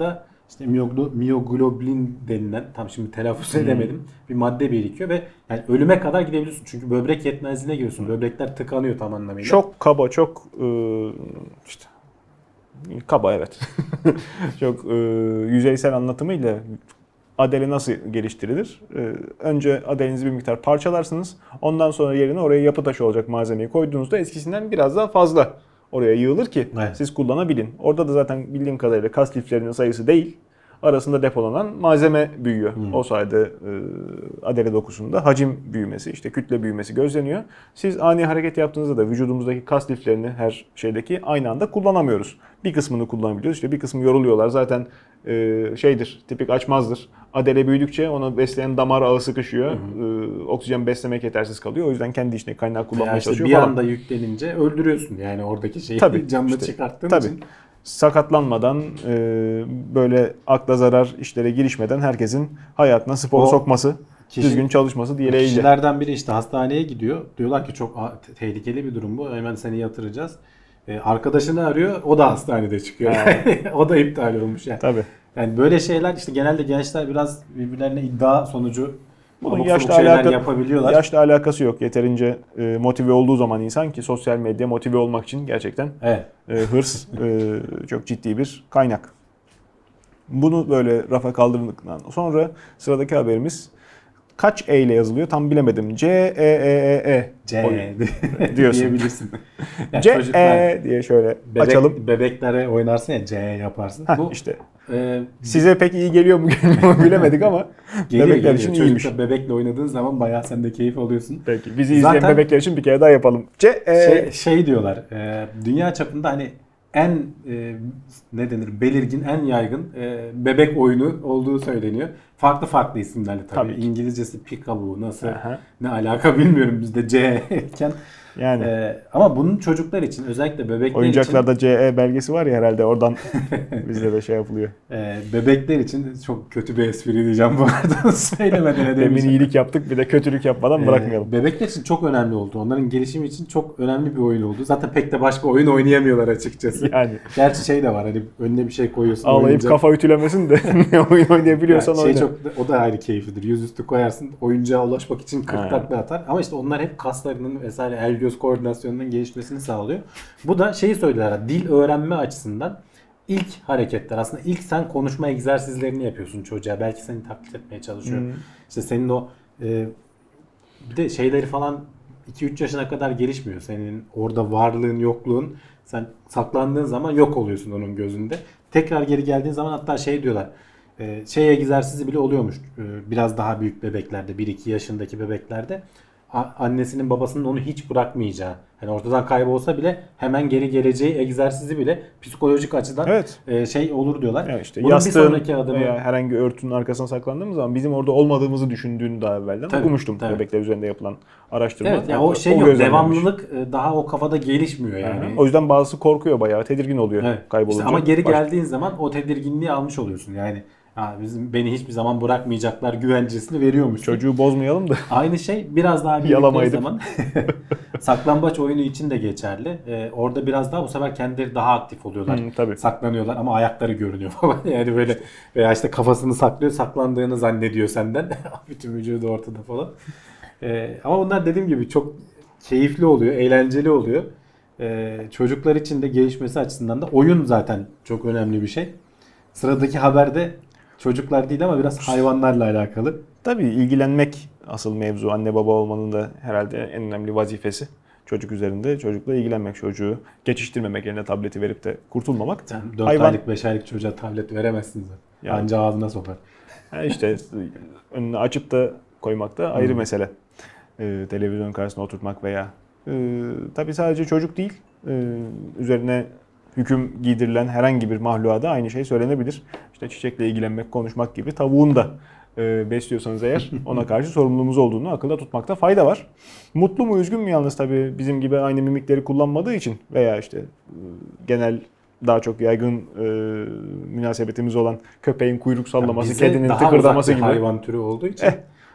işte miyoglobin denilen, tam şimdi telaffuz edemedim, bir madde birikiyor ve yani ölüme kadar gidebiliyorsun. Çünkü böbrek yetmezliğine giriyorsun. Böbrekler tıkanıyor tam anlamıyla. Çok kaba, çok işte kaba evet. Çok yüzeysel anlatımıyla adeli nasıl geliştirilir? Önce adelinizi bir miktar parçalarsınız. Ondan sonra yerine oraya yapı taşı olacak malzemeyi koyduğunuzda eskisinden biraz daha fazla oraya yığılır ki Evet. siz kullanabilin. Orada da zaten bildiğim kadarıyla kas liflerinin sayısı değil, arasında depolanan malzeme büyüyor. O sayede adele dokusunda hacim büyümesi, işte kütle büyümesi gözleniyor. Siz ani hareket yaptığınızda da vücudumuzdaki kas liflerini her şeydeki aynı anda kullanamıyoruz. Bir kısmını kullanabiliyoruz. İşte bir kısmı yoruluyorlar. Zaten şeydir, tipik açmazdır. Adele büyüdükçe onu besleyen damar ağı sıkışıyor. Oksijen beslemek yetersiz kalıyor. O yüzden kendi içine kaynağı kullanmaya işte çalışıyor bir falan. anda yüklenince öldürüyorsun yani oradaki şeyi, Tabii, canını işte, çıkarttığın tabii. için. Sakatlanmadan, böyle akla zarar işlere girişmeden herkesin hayatına sporu O sokması, kişi- düzgün çalışması diyelim. Kişilerden biri işte hastaneye gidiyor. Diyorlar ki çok tehlikeli bir durum bu. Hemen seni yatıracağız. Arkadaşını arıyor. O da hastanede çıkıyor. O da iptal olmuş yani. Tabii. Yani böyle şeyler işte genelde gençler biraz birbirlerine iddia sonucu Bunun abuk yaşla sabuk şeyler alaka- yapabiliyorlar. Yaşla alakası yok. Yeterince motive olduğu zaman insan ki sosyal medya motive olmak için gerçekten Evet. hırs çok ciddi bir kaynak. Bunu böyle rafa kaldırdıktan sonra sıradaki haberimiz kaç E ile yazılıyor tam bilemedim. C C diyorsun. diyebilirsin. Yani C çocuklar diye şöyle açalım. bebeklere oynarsın ya C yaparsın. Heh, Bu işte e, size pek iyi geliyor mu gelmiyor mu bilemedik ama bebekler için iyiymiş. Çocukla bebekle oynadığın zaman bayağı sen de keyif alıyorsun. Peki bizi izleyen Zaten- bebekler için bir kere daha yapalım. Şey diyorlar, dünya çapında hani en ne denir, belirgin, en yaygın bebek oyunu olduğu söyleniyor. Farklı farklı isimlerle tabii. Tabii ki. İngilizcesi peekaboo, nasıl, Aha. ne alaka bilmiyorum bizde C iken. Yani Ama bunun çocuklar için, özellikle bebekler oyuncaklarda CE belgesi var ya herhalde oradan bizde de şey yapılıyor. için, bebekler için çok kötü bir espri diyeceğim bu arada, söylemeden Demin edemeyeceğim. iyilik yaptık bir de kötülük yapmadan bırakmayalım. Bebekler için çok önemli oldu. Onların gelişimi için çok önemli bir oyun oldu. Zaten pek de başka oyun oynayamıyorlar açıkçası. Yani Gerçi şey de var, hani önüne bir şey koyuyorsun. ağlayıp oyuncak. kafa ütülemesin de ne oyun oynayabiliyorsan Yani oyna. çok, o da ayrı keyiflidir. Yüzüstü koyarsın, oyuncağa ulaşmak için 40 Ha. takla atar. Ama işte onlar hep kaslarının vesaire el göz koordinasyonunun gelişmesini sağlıyor. Bu da şeyi söylüyorlar, dil öğrenme açısından ilk hareketler. Aslında ilk sen konuşma egzersizlerini yapıyorsun çocuğa. Belki seni taklit etmeye çalışıyor. İşte senin o bir de şeyleri falan 2-3 yaşına kadar gelişmiyor. Senin orada varlığın, yokluğun, sen saklandığın zaman yok oluyorsun onun gözünde. Tekrar geri geldiğin zaman hatta şey diyorlar. Şey egzersizi bile oluyormuş. Biraz daha büyük bebeklerde, 1-2 yaşındaki bebeklerde annesinin babasının onu hiç bırakmayacağı. Hani ortadan kaybolsa bile hemen geri geleceği egzersizi bile psikolojik açıdan Evet. şey olur diyorlar. Yani işte Bunun bir yastığın sonraki adımı veya herhangi örtünün arkasına saklandığımız zaman bizim orada olmadığımızı düşündüğünü daha evvelden Tabii, okumuştum. tabii. Bebekler üzerinde yapılan araştırma. evet, yani o şey yok. gözlemlenmiş. Devamlılık daha o kafada gelişmiyor yani. O yüzden bazısı korkuyor bayağı, tedirgin oluyor Evet. kaybolunca. İşte ama geri Baş- geldiğin zaman o tedirginliği almış oluyorsun. Yani beni hiçbir zaman bırakmayacaklar güvencesini veriyormuş. Çocuğu bozmayalım da. Aynı şey biraz daha büyüdükleri Yalamaydı. zaman saklambaç oyunu için de geçerli. Orada biraz daha bu sefer kendileri daha aktif oluyorlar. Tabii. Saklanıyorlar ama ayakları görünüyor falan. Yani böyle veya işte kafasını saklıyor, saklandığını zannediyor senden. Bütün vücudu ortada falan. Ama bunlar dediğim gibi çok keyifli oluyor, eğlenceli oluyor. Çocuklar için de gelişmesi açısından da oyun zaten çok önemli bir şey. Sıradaki haberde çocuklar değil ama biraz hayvanlarla alakalı. Tabii ilgilenmek asıl mevzu. Anne baba olmanın da herhalde en önemli vazifesi. Çocuk üzerinde çocukla ilgilenmek, çocuğu geçiştirmemek, eline tableti verip de kurtulmamak. Sen 4 Hayvan- aylık 5 aylık çocuğa tablet veremezsin zaten. Yani- Anca ağzına sokar. Ha işte önüne açıp da koymak da ayrı mesele. Televizyon karşısına oturtmak veya tabii sadece çocuk değil, üzerine hüküm giydirilen herhangi bir mahluğa da aynı şey söylenebilir. İşte çiçekle ilgilenmek, konuşmak gibi tavuğun da besliyorsanız eğer ona karşı sorumluluğumuz olduğunu akılda tutmakta fayda var. Mutlu mu üzgün mü yalnız tabii bizim gibi aynı mimikleri kullanmadığı için veya işte genel daha çok yaygın münasebetimiz olan köpeğin kuyruk sallaması, Bize kedinin daha tıkırdaması uzak bir gibi. hayvan türü olduğu için.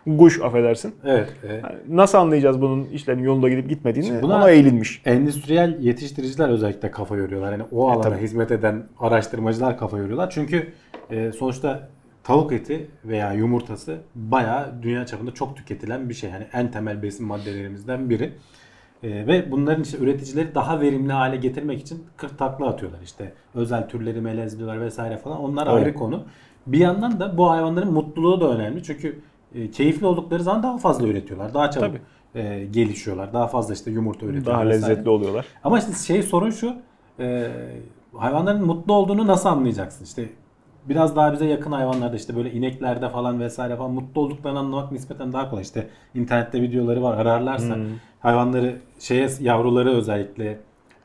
Kuş affedersin. Evet. Yani nasıl anlayacağız bunun işlerin yolunda gidip gitmediğini? Şimdi buna Ona eğilinmiş. endüstriyel yetiştiriciler özellikle kafa yoruyorlar. Yani o alana tabii. hizmet eden araştırmacılar kafa yoruyorlar. Çünkü sonuçta tavuk eti veya yumurtası bayağı dünya çapında çok tüketilen bir şey. Yani en temel besin maddelerimizden biri. Ve bunların işte üreticileri daha verimli hale getirmek için 40 takla atıyorlar. İşte özel türleri melezliyorlar vesaire falan. Onlar Öyle. ayrı konu. Bir yandan da bu hayvanların mutluluğu da önemli. Çünkü keyifli oldukları zaman daha fazla üretiyorlar. Daha çabuk gelişiyorlar. Daha fazla işte yumurta üretiyorlar. Daha vesaire. lezzetli oluyorlar. Ama işte sorun şu. Hayvanların mutlu olduğunu nasıl anlayacaksın? İşte biraz daha bize yakın hayvanlarda işte böyle ineklerde falan vesaire falan mutlu olduklarını anlamak nispeten daha kolay. İşte internette videoları var, ararlarsa hayvanları yavruları özellikle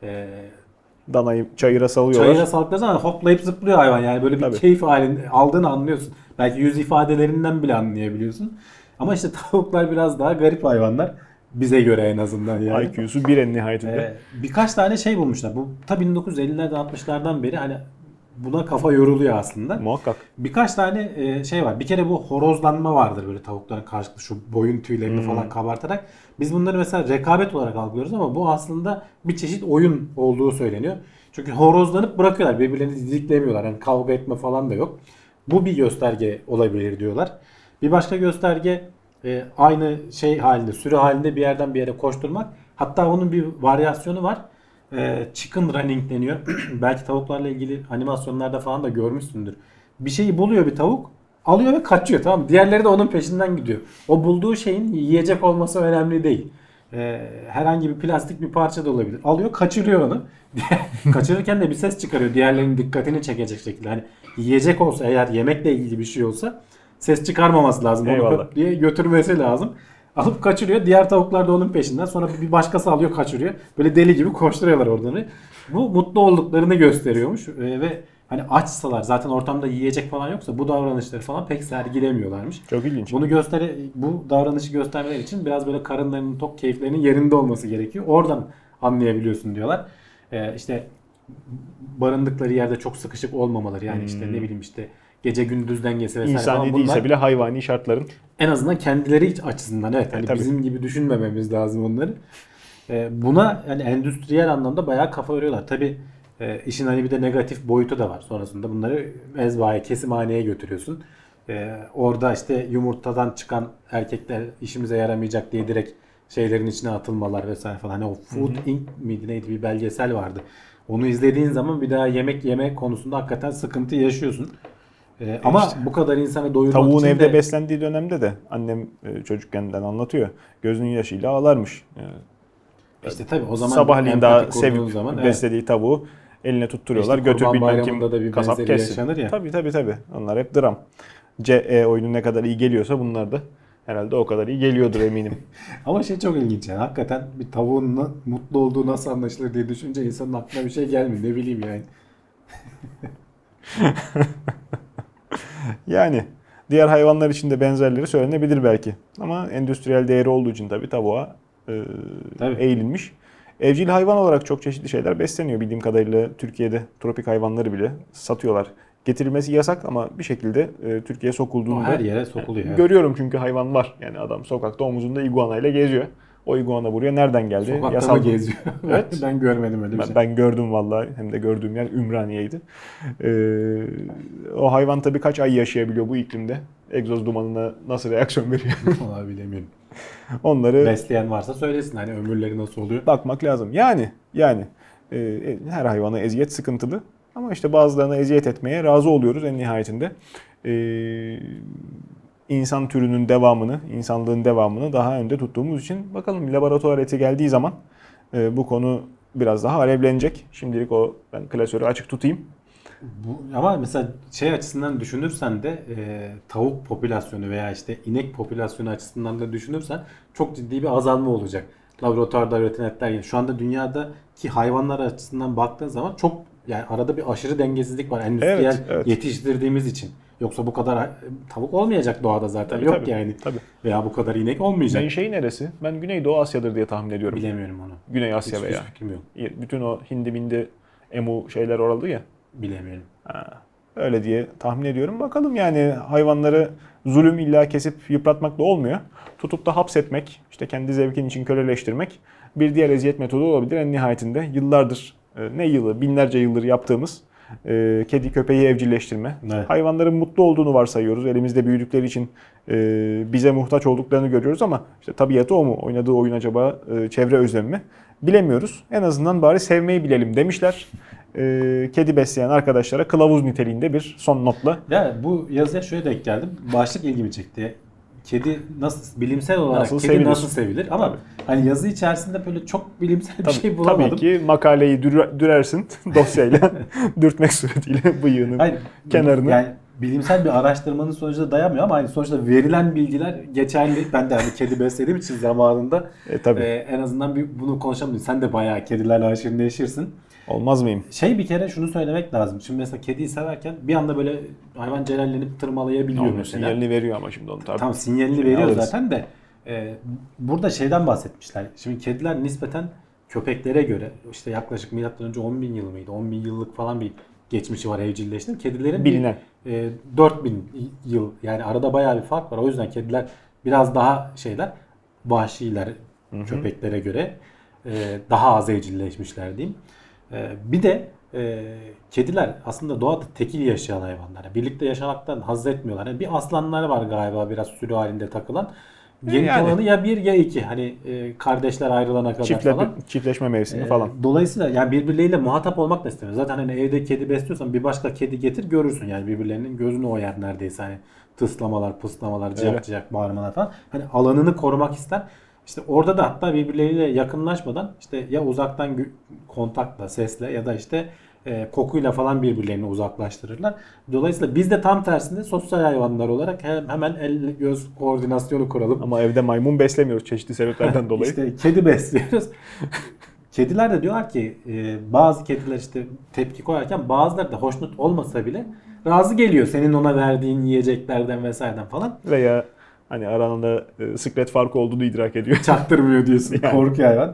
Danayı çayıra salıyorlar. çayıra saldıkları zaman hoplayıp zıplıyor hayvan, yani böyle bir Tabii. keyif halinde aldığını anlıyorsun. Belki yüz ifadelerinden bile anlayabiliyorsun. Ama işte tavuklar biraz daha garip hayvanlar. Bize göre en azından yani. IQ'su bir en nihayetinde. Birkaç tane şey bulmuşlar. Bu tabii 1950'lerden 60'lardan beri hani buna kafa yoruluyor aslında. Muhakkak. Birkaç tane şey var. Bir kere bu horozlanma vardır, böyle tavukların karşılıklı şu boyun tüylerini falan kabartarak. Biz bunları mesela rekabet olarak algılıyoruz ama bu aslında bir çeşit oyun olduğu söyleniyor. Çünkü horozlanıp bırakıyorlar. Birbirlerini didiklemiyorlar. Yani kavga etme falan da yok. Bu bir gösterge olabilir diyorlar. Bir başka gösterge aynı şey halinde, sürü halinde bir yerden bir yere koşturmak. Hatta onun bir varyasyonu var. Chicken running deniyor. Belki tavuklarla ilgili animasyonlarda falan da görmüşsündür. Bir şeyi buluyor bir tavuk, alıyor ve kaçıyor, tamam mı? Diğerleri de onun peşinden gidiyor. O bulduğu şeyin yiyecek olması önemli değil. Herhangi bir plastik bir parça da olabilir. Alıyor, kaçırıyor onu. Kaçırırken de bir ses çıkarıyor. Diğerlerinin dikkatini çekecek şekilde. Hani yiyecek olsa, eğer yemekle ilgili bir şey olsa ses çıkarmaması lazım. Onu Eyvallah. höp diye götürmesi lazım. Alıp kaçırıyor. Diğer tavuklar da onun peşinden. Sonra bir başkası alıyor, kaçırıyor. Böyle deli gibi koşturuyorlar oradan. Bu mutlu olduklarını gösteriyormuş. Ve hani açsalar, zaten ortamda yiyecek falan yoksa bu davranışları falan pek sergilemiyorlarmış. Çok ilginç. Bu davranışı göstermeleri için biraz böyle karınlarının tok, keyiflerinin yerinde olması gerekiyor. Oradan anlayabiliyorsun diyorlar. İşte barındıkları yerde çok sıkışık olmamaları, yani işte ne bileyim işte gece gündüz dengesi vesaire falan, İnsani bunlar değilse bile hayvani şartların. en azından kendileri açısından evet, hani tabii. bizim gibi düşünmememiz lazım onları. Buna yani endüstriyel anlamda bayağı kafa yoruyorlar. Tabii işin hani bir de negatif boyutu da var. Sonrasında bunları mezbahaya, kesimhaneye götürüyorsun. Orada işte yumurtadan çıkan erkekler işimize yaramayacak diye direkt şeylerin içine atılmalar vesaire falan. Hani o Food Inc. miydi neydi, bir belgesel vardı. Onu izlediğin zaman bir daha yemek yeme konusunda hakikaten sıkıntı yaşıyorsun. Ama İşte bu kadar insanı doyurmak tavuğun için evde de beslendiği dönemde de annem çocukkenden anlatıyor. Gözünün yaşıyla ağlarmış. işte tabii o zaman Sabahleyin empati daha kurduğun sevip zaman, evet. beslediği tavuğu eline tutturuyorlar. İşte Götür Kurban bilmem Bayramı'nda kim da bir kasap benzeri kessin. yaşanır ya. Tabii. Onlar hep dram. CE oyunu ne kadar iyi geliyorsa bunlar da herhalde o kadar iyi geliyordur eminim. Ama şey çok ilginç yani. Hakikaten bir tavuğun mutlu olduğu nasıl anlaşılır diye düşünce insanın aklına bir şey gelmiyor. Ne bileyim yani. Yani diğer hayvanlar için de benzerleri söylenebilir belki. Ama endüstriyel değeri olduğu için tabii tavuğa Tabii. eğilinmiş. Evcil hayvan olarak çok çeşitli şeyler besleniyor. Bildiğim kadarıyla Türkiye'de tropik hayvanları bile satıyorlar. Getirilmesi yasak ama bir şekilde Türkiye'ye O sokulduğunda her yere sokuluyor. Evet. görüyorum çünkü hayvan var. Yani adam sokakta omuzunda iguanayla geziyor. O iguana buraya nereden geldi? Sokakta Yasal mı geziyor? Evet. Ben görmedim öyle bir şey. Ben gördüm vallahi. Hem de gördüğüm yer Ümraniye'ydi. O hayvan tabii kaç ay yaşayabiliyor bu iklimde? Egzoz dumanına nasıl reaksiyon veriyor? Vallahi bilemiyorum. Onları Besleyen varsa söylesin hani ömürleri nasıl oluyor. bakmak lazım. Yani her hayvana eziyet sıkıntılı. Ama işte bazılarına eziyet etmeye razı oluyoruz en nihayetinde. İnsan türünün devamını, insanlığın devamını daha önde tuttuğumuz için bakalım laboratuvar eti geldiği zaman bu konu biraz daha alevlenecek. Şimdilik ben klasörü açık tutayım. Ama mesela şey açısından düşünürsen de tavuk popülasyonu veya işte inek popülasyonu açısından da düşünürsen çok ciddi bir azalma olacak. Laboratuvarda üretilen etler gibi. Şu anda dünyadaki hayvanlar açısından baktığın zaman çok, yani arada bir aşırı dengesizlik var endüstriyel Evet. yetiştirdiğimiz için. Yoksa bu kadar tavuk olmayacak doğada zaten. Tabii, Yok tabii, yani. tabii. Veya bu kadar inek olmayacak. Menşei neresi? Ben Güneydoğu Asya'dır diye tahmin ediyorum. Bilemiyorum onu. Güney Asya Hiç veya. fikrim yok. Bütün o hindi mindi emu şeyler oralı ya. Bilemiyorum. Ha. Öyle diye tahmin ediyorum. Bakalım yani hayvanları zulüm illa kesip yıpratmakla olmuyor. Tutup da hapsetmek, işte kendi zevkin için köleleştirmek bir diğer eziyet metodu olabilir. En nihayetinde yıllardır, ne yılı, binlerce yıldır yaptığımız kedi köpeği evcilleştirme. Evet. Hayvanların mutlu olduğunu varsayıyoruz. Elimizde büyüdükleri için bize muhtaç olduklarını görüyoruz ama işte tabiatı o mu? Oynadığı oyun acaba çevre özlemi mi? Bilemiyoruz. En azından bari sevmeyi bilelim demişler. Kedi besleyen arkadaşlara kılavuz niteliğinde bir son notla. Ya bu yazıya şöyle denk geldim. Başlık ilgimi çekti. Kedi nasıl, bilimsel olarak Nasıl kedi sevilir? nasıl sevilir? Ama Tabii. hani yazı içerisinde böyle çok bilimsel bir şey bulamadım. Tabii ki makaleyi dürersin dosyayla dürtmek suretiyle bıyığını, Hayır, kenarını. yani bilimsel bir araştırmanın sonucunda dayanmıyor ama hani sonuçta verilen bilgiler geçerli. Ben de hani kedi beslediğim için zamanında Tabii. en azından bunu konuşalım. Sen de bayağı kedilerle aşırı neşirsin. Olmaz mıyım? Bir kere şunu söylemek lazım. Şimdi mesela kediyi severken bir anda böyle hayvan celallenip tırmalayabiliyor Onun mesela. sinyalini veriyor ama şimdi onu tabii. Tam sinyalini veriyor alırız. zaten de burada şeyden bahsetmişler. Şimdi kediler nispeten köpeklere göre işte yaklaşık M.Ö. 10.000 yıl mıydı? 10.000 yıllık falan bir geçmişi var evcilleştiğinde. Kedilerin Bilinen. 4.000 yıl, yani arada bayağı bir fark var. O yüzden kediler biraz daha vahşiler köpeklere göre. Daha az evcilleşmişler diyeyim. Bir de kediler aslında doğada tekil yaşayan hayvanlar. Yani birlikte yaşamaktan haz etmiyorlar. Yani bir aslanlar var galiba biraz sürü halinde takılan. Geri Yani. kalanı ya bir ya iki. Hani kardeşler ayrılana kadar falan. Çiftleşme mevsimi falan. Dolayısıyla yani birbirleriyle muhatap olmak da istemiyor. Zaten hani evde kedi besliyorsan bir başka kedi getir görürsün. Yani birbirlerinin gözünü oyar neredeyse. Hani tıslamalar, pıslamalar, ciyak ciyak bağırmalar falan. Hani alanını korumak ister. İşte orada da hatta birbirleriyle yakınlaşmadan işte ya uzaktan kontakla, sesle ya da işte kokuyla falan birbirlerini uzaklaştırırlar. Dolayısıyla biz de tam tersinde sosyal hayvanlar olarak hemen el göz koordinasyonu kuralım. Ama evde maymun beslemiyoruz çeşitli sebeplerden dolayı. İşte kedi besliyoruz. Kediler de diyorlar ki bazı kediler işte tepki koyarken bazıları da hoşnut olmasa bile razı geliyor. Senin ona verdiğin yiyeceklerden vesaireden falan. Veya hani aralarında sıklet farkı olduğunu idrak ediyor. Çaktırmıyor diyorsun. Yani. Korkuyor hayvan.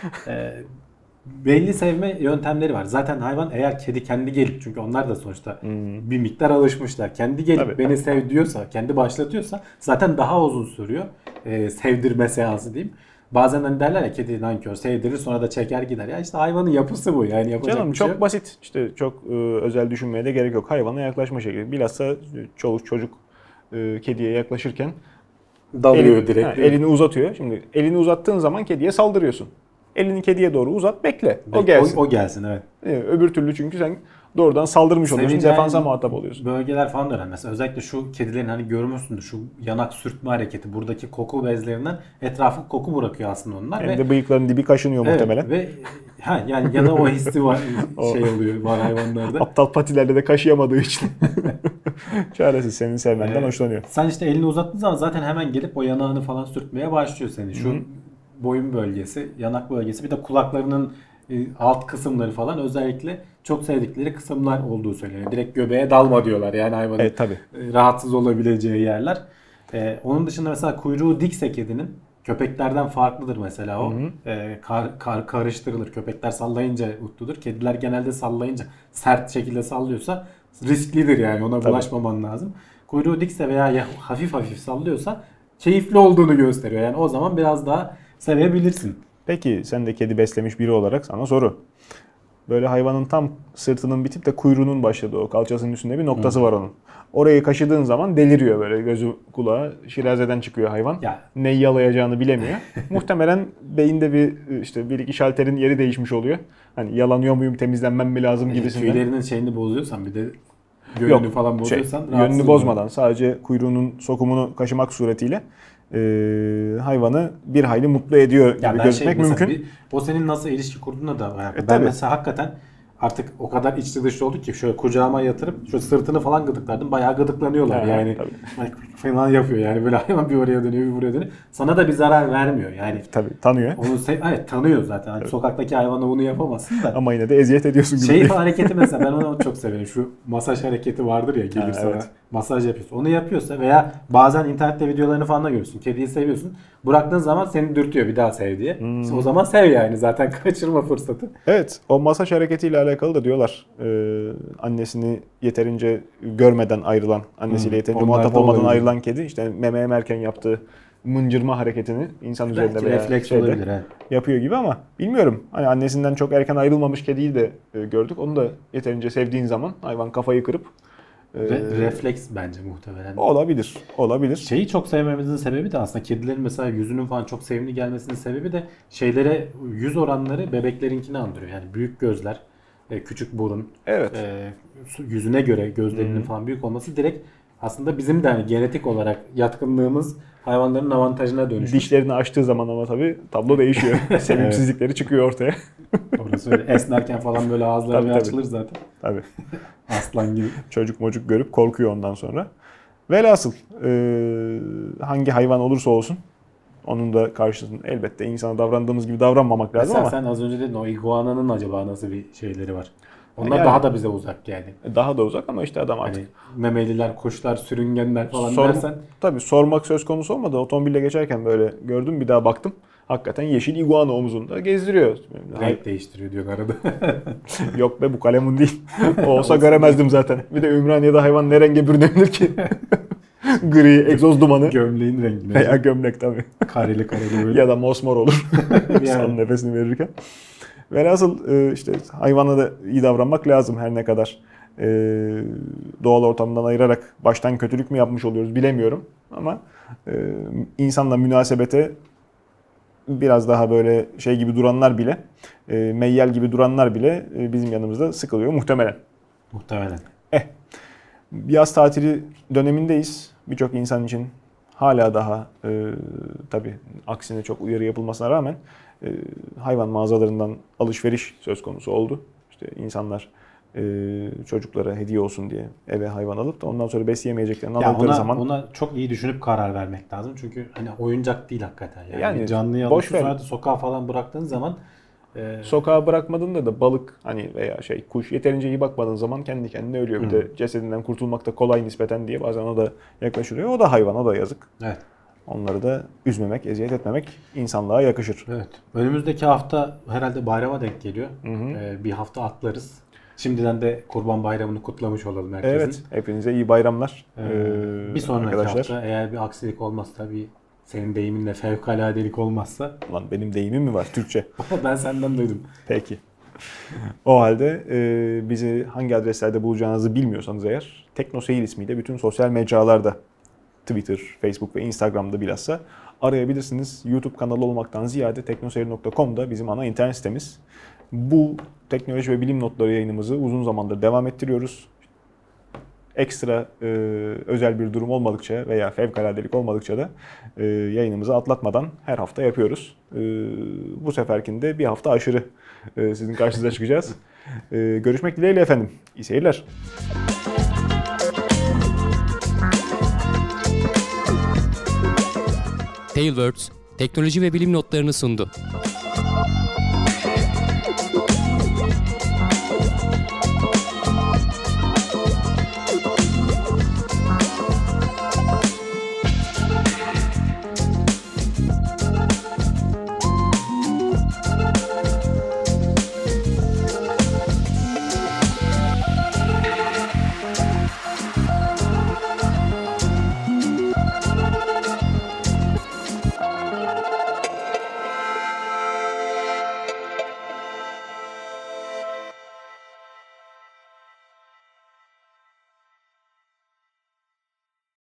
Belli sevme yöntemleri var. Zaten hayvan eğer kedi kendi gelip, çünkü onlar da sonuçta bir miktar alışmışlar. Kendi gelip Tabii. beni sev diyorsa, kendi başlatıyorsa zaten daha uzun sürüyor. Sevdirme seansı diyeyim. Bazen hani derler ya kedi nankör, sevdirir sonra da çeker gider. Ya işte hayvanın yapısı bu. Yani yapacak Canım bir şey çok yok. basit. İşte çok özel düşünmeye de gerek yok. Hayvana yaklaşma şekli. Bilhassa çocuk kediye yaklaşırken Dalıyor direkt. elini uzatıyor. Şimdi elini uzattığın zaman kediye saldırıyorsun. Elini kediye doğru uzat, bekle. O gelsin. O gelsin, evet. Öbür türlü çünkü sen doğrudan saldırmış oluyorsun. Sevineceğin Defansa muhatap oluyorsun. Bölgeler falan da önemli. Mesela özellikle şu kedilerin hani görmüşsündür şu yanak sürtme hareketi. Buradaki koku bezlerinden etrafı koku bırakıyor aslında onlar. Hem de bıyıkların dibi kaşınıyor muhtemelen. Ve yani ya da o hissi var var hayvanlarda. Aptal patilerle de kaşıyamadığı için. Çaresiz, senin sevmenden hoşlanıyor. Sen işte elini uzattığın zaman zaten hemen gelip o yanağını falan sürtmeye başlıyor seni. Şu boyun bölgesi, yanak bölgesi, bir de kulaklarının alt kısımları falan özellikle çok sevdikleri kısımlar olduğu söyleniyor. Direkt göbeğe dalma diyorlar yani hayvanın Tabii. rahatsız olabileceği yerler. Onun dışında mesela kuyruğu dikse kedinin, köpeklerden farklıdır mesela o. Karıştırılır. Köpekler sallayınca mutludur. Kediler genelde sallayınca, sert şekilde sallıyorsa risklidir yani, ona bulaşmaman lazım. Kuyruğu dikse veya hafif hafif sallıyorsa keyifli olduğunu gösteriyor. Yani o zaman biraz daha sevebilirsin. Peki sen de kedi beslemiş biri olarak sana soru. Böyle hayvanın tam sırtının bitip de kuyruğunun başladığı o kalçasının üstünde bir noktası var onun. Orayı kaşıdığın zaman deliriyor böyle, gözü kulağı şirazeden çıkıyor hayvan. Ya. Neyi yalayacağını bilemiyor. Muhtemelen beyinde bir iki şalterin yeri değişmiş oluyor. Hani yalanıyor muyum, temizlenmem mi lazım gibisinden. Tüylerinin şeyini bozuyorsan, bir de yönünü falan bozuyorsan yönünü bozmadan sadece kuyruğunun sokumunu kaşımak suretiyle hayvanı bir hayli mutlu ediyor gibi gözükmek mümkün. O senin nasıl ilişki kurduğuna da var. Ben tabii. mesela hakikaten artık o kadar içli dışlı olduk ki şöyle kucağıma yatırıp şöyle sırtını falan gıdıklardım. Bayağı gıdıklanıyorlar yani. Falan yapıyor yani, böyle hayvan bir oraya dönüyor bir buraya dönüyor. Sana da bir zarar vermiyor yani. Tabii tanıyor. Onu evet, tanıyor zaten. Hani sokaktaki hayvana bunu yapamazsın da. Ama yine de eziyet ediyorsun gibi. Hareketi mesela ben onu çok severim. Şu masaj hareketi vardır ya, gelip sana evet. masaj yapıyorsun. Onu yapıyorsa veya bazen internette videolarını falan da görüyorsun. Kediyi seviyorsun. Bıraktığın zaman seni dürtüyor bir daha sev diye. İşte o zaman sev yani, zaten kaçırma fırsatı. Evet, o masaj hareketiyle alakalı da diyorlar annesini yeterince görmeden ayrılan, annesiyle yeterince Onlar muhatap da olmadan olabilir. ayrılan kedi işte meme emerken yaptığı mıncırma hareketini insan üzerinde Belki veya refleks şeyde olabilir. He. yapıyor gibi ama bilmiyorum. Hani annesinden çok erken ayrılmamış kediyi de gördük. Onu da yeterince sevdiğin zaman hayvan kafayı kırıp Refleks bence muhtemelen. olabilir. Olabilir. Şeyi çok sevmemizin sebebi de aslında kedilerin mesela yüzünün falan çok sevimli gelmesinin sebebi de şeylere yüz oranları bebeklerinkini andırıyor. Yani büyük gözler, küçük burun, Evet. yüzüne göre gözlerinin falan büyük olması direkt aslında bizim de hani genetik olarak yatkınlığımız hayvanların avantajına dönüşmüş. Dişlerini açtığı zaman ama tabii tablo değişiyor. Sevimsizlikleri çıkıyor ortaya. Orası öyle. Esnerken falan böyle ağızları Tabii, bir tabii. açılır zaten. Tabii. Aslan gibi. Çocuk mocuk görüp korkuyor ondan sonra. Velhasıl hangi hayvan olursa olsun onun da karşısında elbette insana davrandığımız gibi davranmamak lazım Mesela ama sen az önce dedin o iguananın acaba nasıl bir şeyleri var? Onlar Yani- daha da bize uzak yani. daha da uzak ama işte adam artık Hani memeliler, kuşlar, sürüngenler falan Sor- dersen tabii sormak söz konusu olmadı. Otomobille geçerken böyle gördüm, bir daha baktım. Hakikaten yeşil iguana omuzunda gezdiriyor. renk değiştiriyor diyor arada. Yok be, bu kalemun değil. O olsa göremezdim zaten. Bir de Ümraniye'de hayvan ne renge bürünebilir ki? Gri, egzoz dumanı Gömleğin rengine. veya gömlek tabii. Kareli kareli böyle. Ya da mosmor olur. Yani. Son nefesini verirken. Velhasıl işte hayvana da iyi davranmak lazım her ne kadar. Doğal ortamdan ayırarak baştan kötülük mü yapmış oluyoruz bilemiyorum. Ama insanla münasebete biraz daha böyle şey gibi duranlar bile, meyyal gibi duranlar bile bizim yanımızda sıkılıyor muhtemelen. Muhtemelen. Yaz tatili dönemindeyiz. Birçok insan için hala daha tabii aksine çok uyarı yapılmasına rağmen hayvan mağazalarından alışveriş söz konusu oldu. İşte insanlar çocuklara hediye olsun diye eve hayvan alıp da ondan sonra besleyemeyeceklerini Ya anladıkları zaman ona çok iyi düşünüp karar vermek lazım. Çünkü hani oyuncak değil hakikaten. Yani canlıyı boş alıp ver. sonra da sokağa falan bıraktığın zaman sokağa bırakmadığında da balık hani veya kuş yeterince iyi bakmadığın zaman kendi kendine ölüyor. Bir de cesedinden kurtulmak da kolay nispeten diye bazen o da yaklaşılıyor. O da hayvan, o da yazık. evet. Onları da üzmemek, eziyet etmemek insanlığa yakışır. Evet. Önümüzdeki hafta herhalde bayrama denk geliyor. Bir hafta atlarız. Şimdiden de Kurban Bayramı'nı kutlamış olalım herkesin. Evet, hepinize iyi bayramlar. Bir sonraki arkadaşlar. hafta eğer bir aksilik olmazsa, bir senin deyiminle fevkaladelik olmazsa Lan benim deyimim mi var Türkçe? ben senden duydum. Peki. O halde bizi hangi adreslerde bulacağınızı bilmiyorsanız eğer TeknoSeyir ismiyle bütün sosyal mecralarda Twitter, Facebook ve Instagram'da bilhassa arayabilirsiniz. YouTube kanalı olmaktan ziyade teknoseyir.com'da bizim ana internet sitemiz. Bu teknoloji ve bilim notları yayınımızı uzun zamandır devam ettiriyoruz. Ekstra özel bir durum olmadıkça veya fevkaladelik olmadıkça da yayınımızı atlatmadan her hafta yapıyoruz. Bu seferkinde bir hafta aşırı sizin karşınıza çıkacağız. Görüşmek dileğiyle efendim. İyi seyirler. Tailwords, teknoloji ve bilim notlarını sundu.